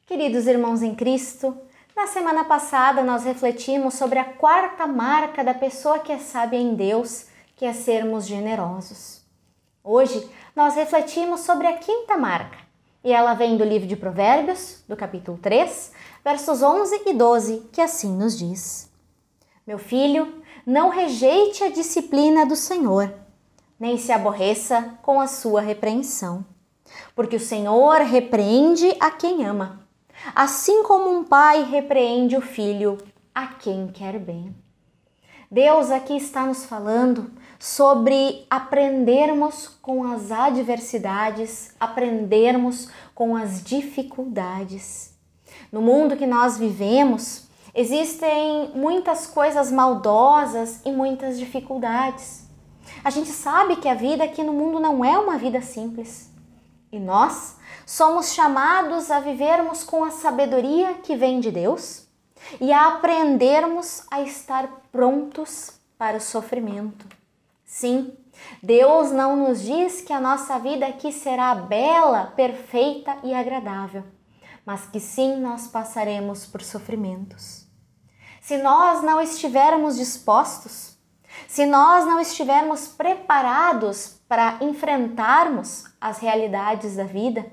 Queridos irmãos em Cristo, na semana passada nós refletimos sobre a quarta marca da pessoa que é sábia em Deus, que é sermos generosos. Hoje nós refletimos sobre a quinta marca, e ela vem do livro de Provérbios, do capítulo 3, versos 11 e 12, que assim nos diz: Meu filho, não rejeite a disciplina do Senhor, nem se aborreça com a sua repreensão, porque o Senhor repreende a quem ama, assim como um pai repreende o filho a quem quer bem. Deus aqui está nos falando sobre aprendermos com as adversidades, aprendermos com as dificuldades. No mundo que nós vivemos, existem muitas coisas maldosas e muitas dificuldades. A gente sabe que a vida aqui no mundo não é uma vida simples. E nós somos chamados a vivermos com a sabedoria que vem de Deus e a aprendermos a estar prontos para o sofrimento. Sim, Deus não nos diz que a nossa vida aqui será bela, perfeita e agradável, mas que sim, nós passaremos por sofrimentos. Se nós não estivermos dispostos, se nós não estivermos preparados para enfrentarmos as realidades da vida,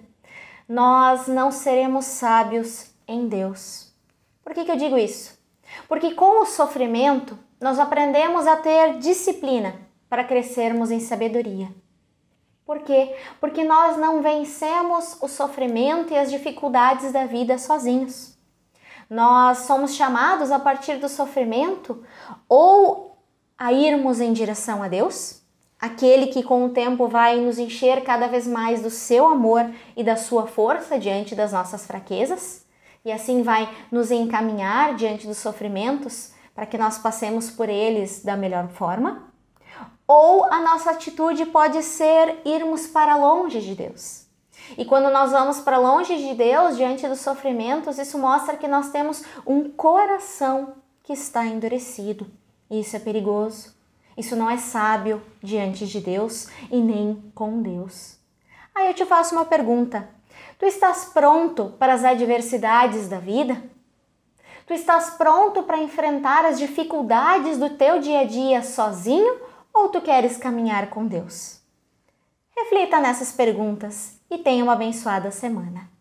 nós não seremos sábios em Deus. Por que eu digo isso? Porque com o sofrimento, nós aprendemos a ter disciplina para crescermos em sabedoria. Por quê? Porque nós não vencemos o sofrimento e as dificuldades da vida sozinhos. Nós somos chamados a partir do sofrimento ou a irmos em direção a Deus, aquele que com o tempo vai nos encher cada vez mais do seu amor e da sua força diante das nossas fraquezas, e assim vai nos encaminhar diante dos sofrimentos para que nós passemos por eles da melhor forma. Ou a nossa atitude pode ser irmos para longe de Deus. E quando nós vamos para longe de Deus, diante dos sofrimentos, isso mostra que nós temos um coração que está endurecido. E isso é perigoso. Isso não é sábio diante de Deus e nem com Deus. Aí eu te faço uma pergunta. Tu estás pronto para as adversidades da vida? Tu estás pronto para enfrentar as dificuldades do teu dia a dia sozinho ou tu queres caminhar com Deus? Reflita nessas perguntas e tenha uma abençoada semana.